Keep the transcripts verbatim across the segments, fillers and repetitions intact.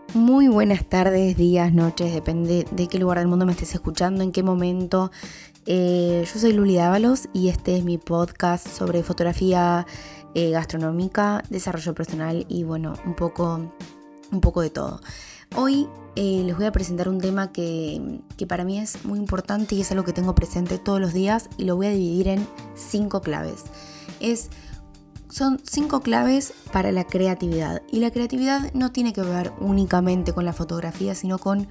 Muy buenas tardes, días, noches, depende de qué lugar del mundo me estés escuchando, en qué momento. Eh, yo soy Luli Dávalos y este es mi podcast sobre fotografía eh, gastronómica, desarrollo personal y bueno, un poco, un poco de todo. Hoy eh, les voy a presentar un tema que, que para mí es muy importante y es algo que tengo presente todos los días y lo voy a dividir en cinco claves. Es... Son cinco claves para la creatividad. Y la creatividad no tiene que ver únicamente con la fotografía, sino con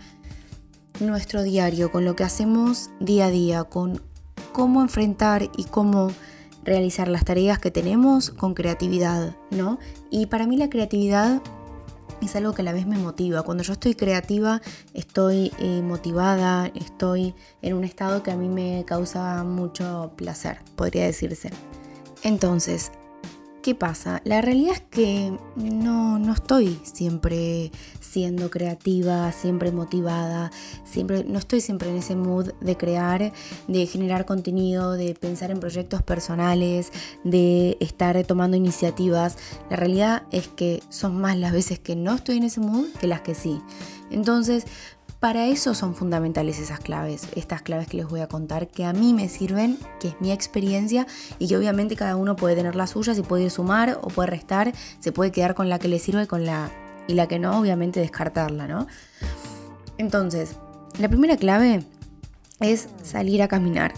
nuestro diario, con lo que hacemos día a día, con cómo enfrentar y cómo realizar las tareas que tenemos con creatividad, ¿no? Y para mí la creatividad es algo que a la vez me motiva. Cuando yo estoy creativa, estoy eh, motivada, estoy en un estado que a mí me causa mucho placer, podría decirse. Entonces, ¿qué pasa? La realidad es que no, no estoy siempre siendo creativa, siempre motivada, siempre, no estoy siempre en ese mood de crear, de generar contenido, de pensar en proyectos personales, de estar tomando iniciativas. La realidad es que son más las veces que no estoy en ese mood que las que sí. Entonces, para eso son fundamentales esas claves, estas claves que les voy a contar, que a mí me sirven, que es mi experiencia y que obviamente cada uno puede tener las suyas y puede sumar o puede restar, se puede quedar con la que le sirve con la, y la que no, obviamente descartarla, ¿no? Entonces, la primera clave es salir a caminar.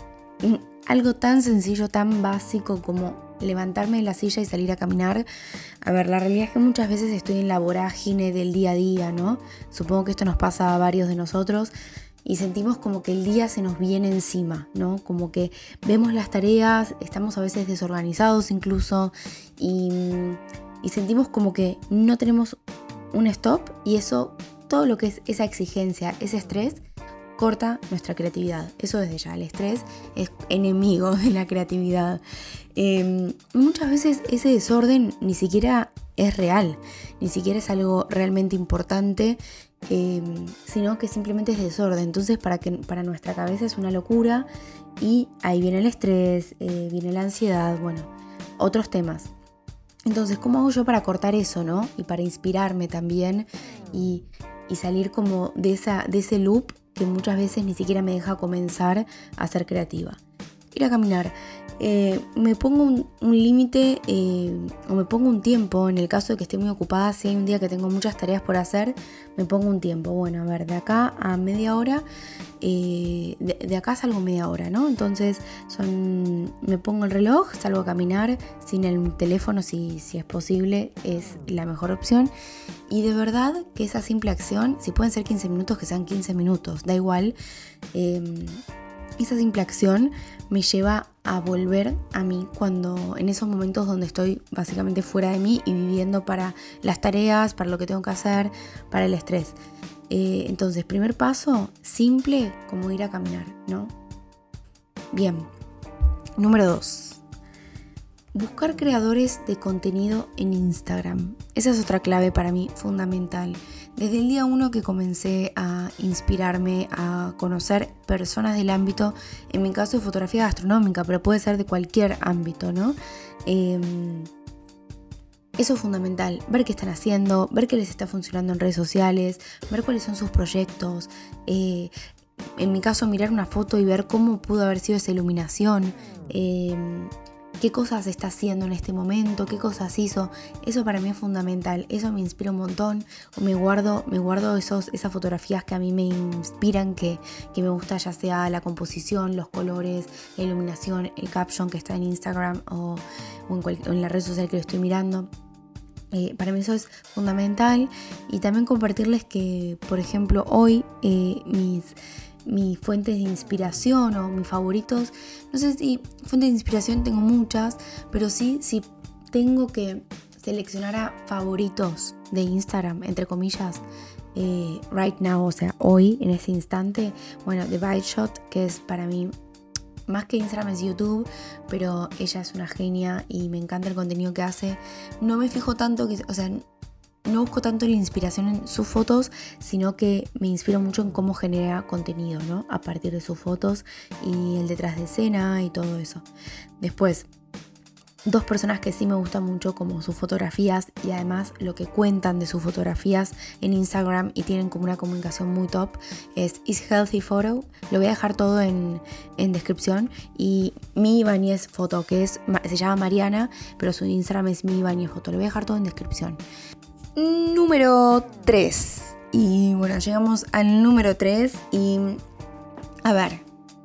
Algo tan sencillo, tan básico como levantarme de la silla y salir a caminar. A ver, la realidad es que muchas veces estoy en la vorágine del día a día, ¿no? Supongo que esto nos pasa a varios de nosotros y sentimos como que el día se nos viene encima, ¿no? Como que vemos las tareas, estamos a veces desorganizados incluso y, y sentimos como que no tenemos un stop y eso, todo lo que es esa exigencia, ese estrés, corta nuestra creatividad. Eso desde ya, el estrés es enemigo de la creatividad. Eh, muchas veces ese desorden ni siquiera es real, ni siquiera es algo realmente importante, eh, sino que simplemente es desorden. Entonces para, que, para nuestra cabeza es una locura y ahí viene el estrés, eh, viene la ansiedad, bueno, otros temas. Entonces, ¿cómo hago yo para cortar eso, no? Y para inspirarme también y, y salir como de, esa, de ese loop que muchas veces ni siquiera me deja comenzar a ser creativa. Ir a caminar. Eh, me pongo un, un límite eh, o me pongo un tiempo, en el caso de que esté muy ocupada, si hay un día que tengo muchas tareas por hacer, me pongo un tiempo. Bueno, a ver, de acá a media hora, eh, de, de acá salgo media hora, ¿no? Entonces son, me pongo el reloj, salgo a caminar sin el teléfono si, si es posible, es la mejor opción. Y de verdad que esa simple acción, si pueden ser quince minutos, que sean quince minutos, da igual. Eh, esa simple acción me lleva a volver a mí cuando en esos momentos donde estoy básicamente fuera de mí y viviendo para las tareas, para lo que tengo que hacer, para el estrés. Eh, entonces, primer paso, simple como ir a caminar, ¿no? Bien. Número dos. Buscar creadores de contenido en Instagram. Esa es otra clave para mí fundamental. Desde el día uno que comencé a inspirarme, a conocer personas del ámbito, en mi caso de fotografía gastronómica, pero puede ser de cualquier ámbito, ¿no? Eh, eso es fundamental, ver qué están haciendo, ver qué les está funcionando en redes sociales, ver cuáles son sus proyectos. Eh, en mi caso, mirar una foto y ver cómo pudo haber sido esa iluminación. Eh, qué cosas está haciendo en este momento, qué cosas hizo. Eso para mí es fundamental, eso me inspira un montón. O me guardo, me guardo esos, esas fotografías que a mí me inspiran, que, que me gusta, ya sea la composición, los colores, la iluminación, el caption que está en Instagram o, o, en, cual, o en la red social que lo estoy mirando. Eh, para mí eso es fundamental. Y también compartirles que, por ejemplo, hoy eh, mis... mis fuentes de inspiración o mis favoritos, no sé si fuentes de inspiración tengo muchas, pero sí, si tengo que seleccionar a favoritos de Instagram, entre comillas, eh, right now, o sea, hoy, en este instante, bueno, The Bite Shot, que es para mí, más que Instagram es YouTube, pero ella es una genia y me encanta el contenido que hace. No me fijo tanto, que, o sea, no busco tanto la inspiración en sus fotos, sino que me inspiro mucho en cómo genera contenido, ¿no? A partir de sus fotos y el detrás de escena y todo eso. Después, dos personas que sí me gustan mucho como sus fotografías y además lo que cuentan de sus fotografías en Instagram y tienen como una comunicación muy top es Is Healthy Photo. Lo voy a dejar todo en, en descripción. Y Mi Ibáñez Foto, que es, se llama Mariana, pero su Instagram es Mi Ibáñez Foto. Lo voy a dejar todo en descripción. Número tres. Y bueno, llegamos al número tres y a ver,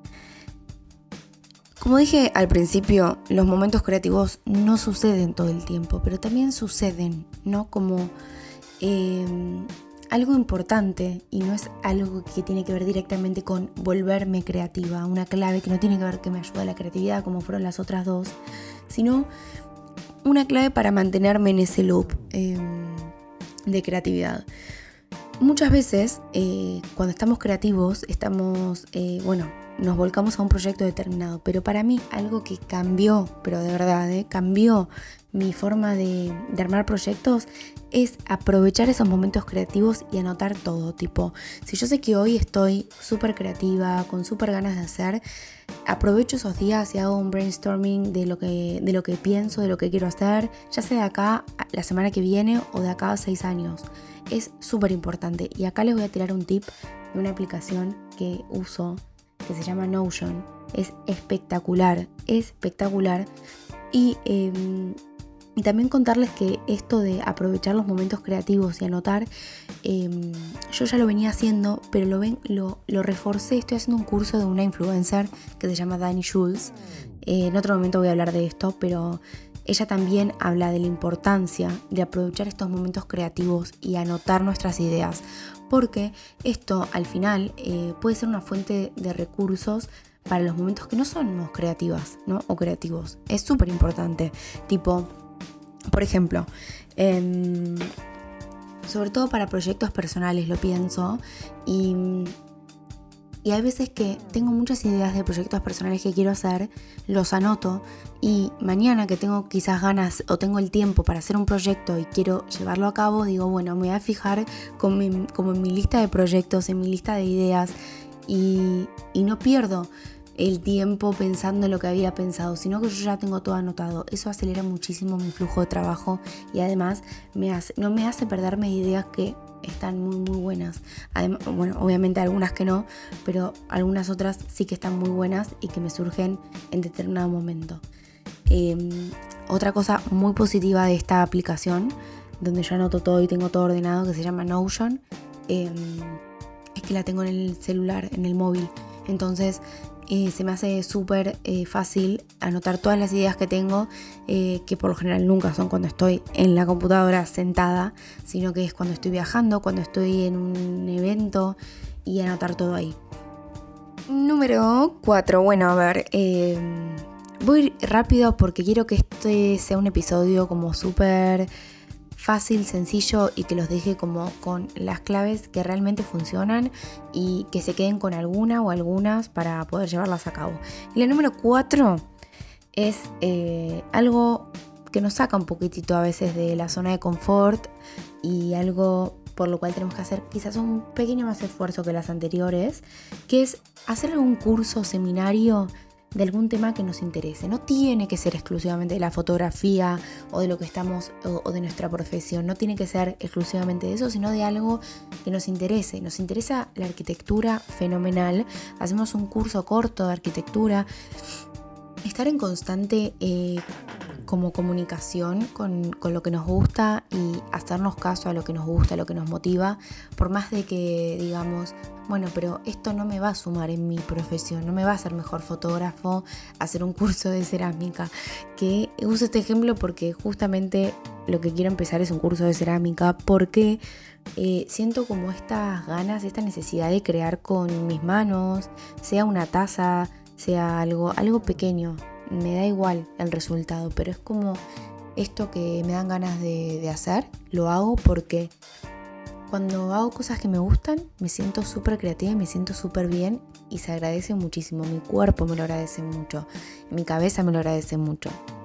como dije al principio, los momentos creativos no suceden todo el tiempo, pero también suceden, ¿no? Como eh, algo importante, y no es algo que tiene que ver directamente con volverme creativa, una clave que no tiene que ver que me ayude a la creatividad como fueron las otras dos, sino una clave para mantenerme en ese loop eh, de creatividad. Muchas veces eh, cuando estamos creativos, estamos, eh, bueno, nos volcamos a un proyecto determinado, pero para mí algo que cambió, pero de verdad, ¿eh? cambió mi forma de, de armar proyectos es aprovechar esos momentos creativos y anotar todo. Tipo, si yo sé que hoy estoy súper creativa, con súper ganas de hacer, aprovecho esos días y hago un brainstorming de lo que, de lo que pienso, de lo que quiero hacer, ya sea de acá la semana que viene o de acá a seis años. Es súper importante. Y acá les voy a tirar un tip de una aplicación que uso que se llama Notion. Es espectacular, espectacular. Y, eh, y también contarles que esto de aprovechar los momentos creativos y anotar, eh, yo ya lo venía haciendo, pero lo, ven, lo, lo reforcé. Estoy haciendo un curso de una influencer que se llama Dani Schulz. Eh, en otro momento voy a hablar de esto, pero ella también habla de la importancia de aprovechar estos momentos creativos y anotar nuestras ideas, porque esto al final eh, puede ser una fuente de recursos para los momentos que no somos creativas, ¿no? O creativos. Es súper importante. Tipo, por ejemplo, eh, sobre todo para proyectos personales lo pienso, y, y hay veces que tengo muchas ideas de proyectos personales que quiero hacer, los anoto, y mañana que tengo quizás ganas o tengo el tiempo para hacer un proyecto y quiero llevarlo a cabo, digo, bueno, me voy a fijar como en, como en mi lista de proyectos, en mi lista de ideas, y, y no pierdo el tiempo pensando en lo que había pensado, sino que yo ya tengo todo anotado. Eso acelera muchísimo mi flujo de trabajo y además me hace, no me hace perderme ideas que están muy muy buenas. Además, bueno, obviamente algunas que no, pero algunas otras sí que están muy buenas y que me surgen en determinado momento. Eh, otra cosa muy positiva de esta aplicación, donde yo anoto todo y tengo todo ordenado, que se llama Notion, eh, es que la tengo en el celular, en el móvil. Entonces eh, se me hace súper eh, fácil anotar todas las ideas que tengo, eh, que por lo general nunca son cuando estoy en la computadora sentada, sino que es cuando estoy viajando, cuando estoy en un evento, y anotar todo ahí. Número cuatro. Bueno, a ver, eh, voy rápido porque quiero que este sea un episodio como súper fácil, sencillo, y que los deje como con las claves que realmente funcionan y que se queden con alguna o algunas para poder llevarlas a cabo. Y la número cuatro es eh, algo que nos saca un poquitito a veces de la zona de confort y algo por lo cual tenemos que hacer quizás un pequeño más esfuerzo que las anteriores, que es hacer algún curso, seminario de algún tema que nos interese. No tiene que ser exclusivamente de la fotografía o de lo que estamos o, o de nuestra profesión. No tiene que ser exclusivamente de eso, sino de algo que nos interese. Nos interesa la arquitectura, fenomenal. Hacemos un curso corto de arquitectura. Estar en constante eh, como comunicación con, con lo que nos gusta y hacernos caso a lo que nos gusta, a lo que nos motiva, por más de que digamos, bueno, pero esto no me va a sumar en mi profesión, no me va a hacer mejor fotógrafo hacer un curso de cerámica. Que uso este ejemplo porque justamente lo que quiero empezar es un curso de cerámica, porque eh, siento como estas ganas, esta necesidad de crear con mis manos, sea una taza, sea algo, algo pequeño. Me da igual el resultado, pero es como esto que me dan ganas de, de hacer, lo hago porque cuando hago cosas que me gustan, me siento súper creativa y me siento súper bien y se agradece muchísimo. Mi cuerpo me lo agradece mucho, mi cabeza me lo agradece mucho.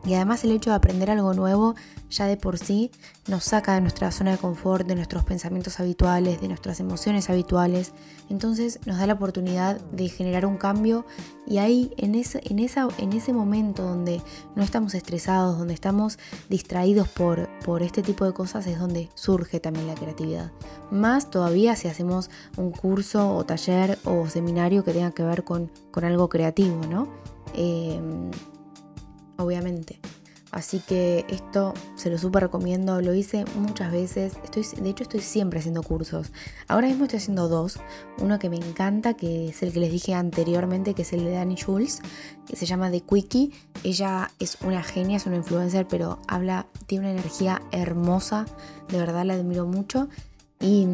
Y además el hecho de aprender algo nuevo ya de por sí nos saca de nuestra zona de confort, de nuestros pensamientos habituales, de nuestras emociones habituales. Entonces nos da la oportunidad de generar un cambio y ahí en ese, en esa, en ese momento donde no estamos estresados, donde estamos distraídos por, por este tipo de cosas es donde surge también la creatividad. Más todavía si hacemos un curso o taller o seminario que tenga que ver con, con algo creativo, ¿no? Eh, obviamente. Así que esto se lo súper recomiendo, lo hice muchas veces, estoy, de hecho estoy siempre haciendo cursos. Ahora mismo estoy haciendo dos, uno que me encanta, que es el que les dije anteriormente, que es el de Dani Schulz, que se llama The Quickie. Ella es una genia, es una influencer, pero habla, tiene una energía hermosa, de verdad la admiro mucho. Y,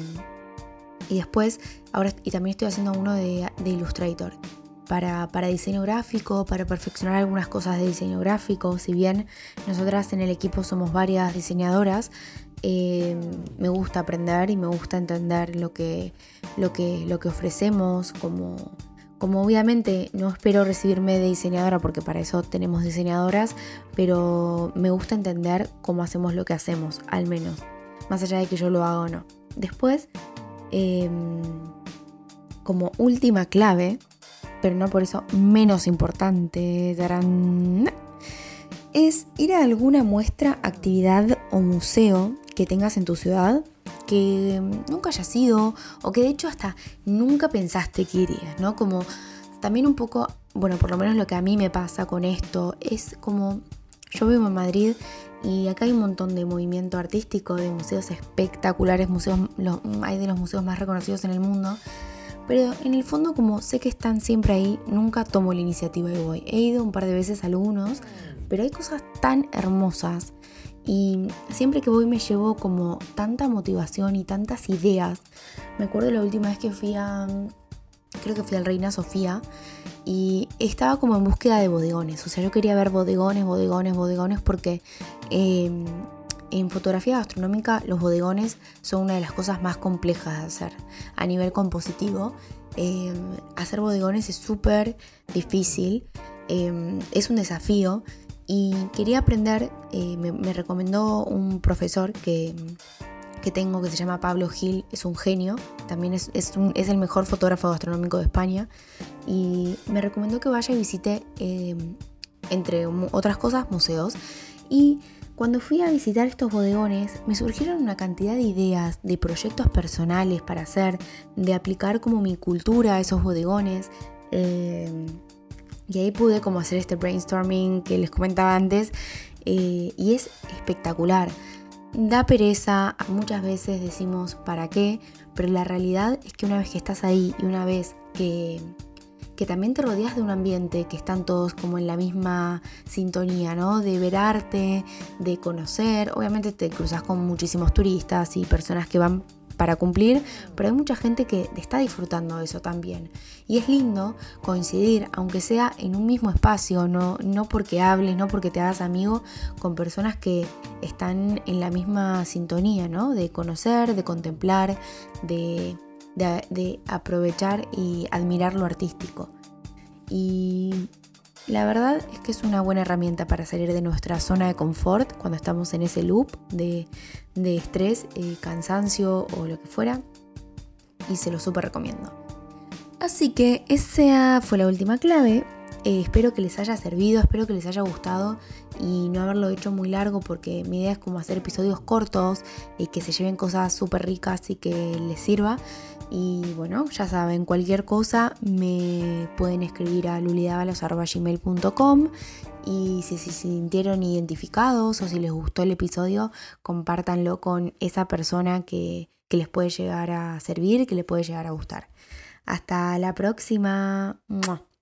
y después, ahora y también estoy haciendo uno de, de Illustrator. Para, para diseño gráfico, para perfeccionar algunas cosas de diseño gráfico. Si bien nosotras en el equipo somos varias diseñadoras, eh, me gusta aprender y me gusta entender lo que, lo que, lo que ofrecemos. Como, como obviamente no espero recibirme de diseñadora porque para eso tenemos diseñadoras, pero me gusta entender cómo hacemos lo que hacemos, al menos, más allá de que yo lo haga o no. Después, eh, como última clave, pero no por eso menos importante, darán, es ir a alguna muestra, actividad o museo que tengas en tu ciudad que nunca hayas ido o que de hecho hasta nunca pensaste que irías, ¿no? Como también un poco, bueno, por lo menos lo que a mí me pasa con esto es como yo vivo en Madrid y acá hay un montón de movimiento artístico, de museos espectaculares, museos, los, hay de los museos más reconocidos en el mundo. Pero en el fondo, como sé que están siempre ahí, nunca tomo la iniciativa y voy. He ido un par de veces a algunos, pero hay cosas tan hermosas y siempre que voy me llevo como tanta motivación y tantas ideas. Me acuerdo la última vez que fui a, creo que fui al Reina Sofía y estaba como en búsqueda de bodegones. O sea, yo quería ver bodegones, bodegones, bodegones porque Eh, en fotografía gastronómica los bodegones son una de las cosas más complejas de hacer a nivel compositivo. Eh, hacer bodegones es súper difícil, eh, es un desafío y quería aprender, eh, me, me recomendó un profesor que, que tengo que se llama Pablo Gil, es un genio, también es, es, un, es el mejor fotógrafo gastronómico de España y me recomendó que vaya y visite, eh, entre otras cosas, museos. Y cuando fui a visitar estos bodegones me surgieron una cantidad de ideas, de proyectos personales para hacer, de aplicar como mi cultura a esos bodegones. Eh, y ahí pude como hacer este brainstorming que les comentaba antes eh, y es espectacular. Da pereza, muchas veces decimos ¿para qué? Pero la realidad es que una vez que estás ahí y una vez que... que también te rodeas de un ambiente que están todos como en la misma sintonía, ¿no? De ver arte, de conocer. Obviamente te cruzas con muchísimos turistas y personas que van para cumplir, pero hay mucha gente que está disfrutando de eso también. Y es lindo coincidir, aunque sea en un mismo espacio, no, no porque hables, no porque te hagas amigo, con personas que están en la misma sintonía, ¿no? De conocer, de contemplar, de... De, de aprovechar y admirar lo artístico. Y la verdad es que es una buena herramienta para salir de nuestra zona de confort cuando estamos en ese loop de, de estrés, eh, cansancio o lo que fuera. Y se lo súper recomiendo. Así que esa fue la última clave. Eh, espero que les haya servido, espero que les haya gustado y no haberlo hecho muy largo porque mi idea es como hacer episodios cortos y que se lleven cosas súper ricas y que les sirva. Y bueno, ya saben, cualquier cosa me pueden escribir a lulidavalos arroba gmail punto com y si se sintieron identificados o si les gustó el episodio, compártanlo con esa persona que, que les puede llegar a servir, que les puede llegar a gustar. Hasta la próxima. ¡Mua!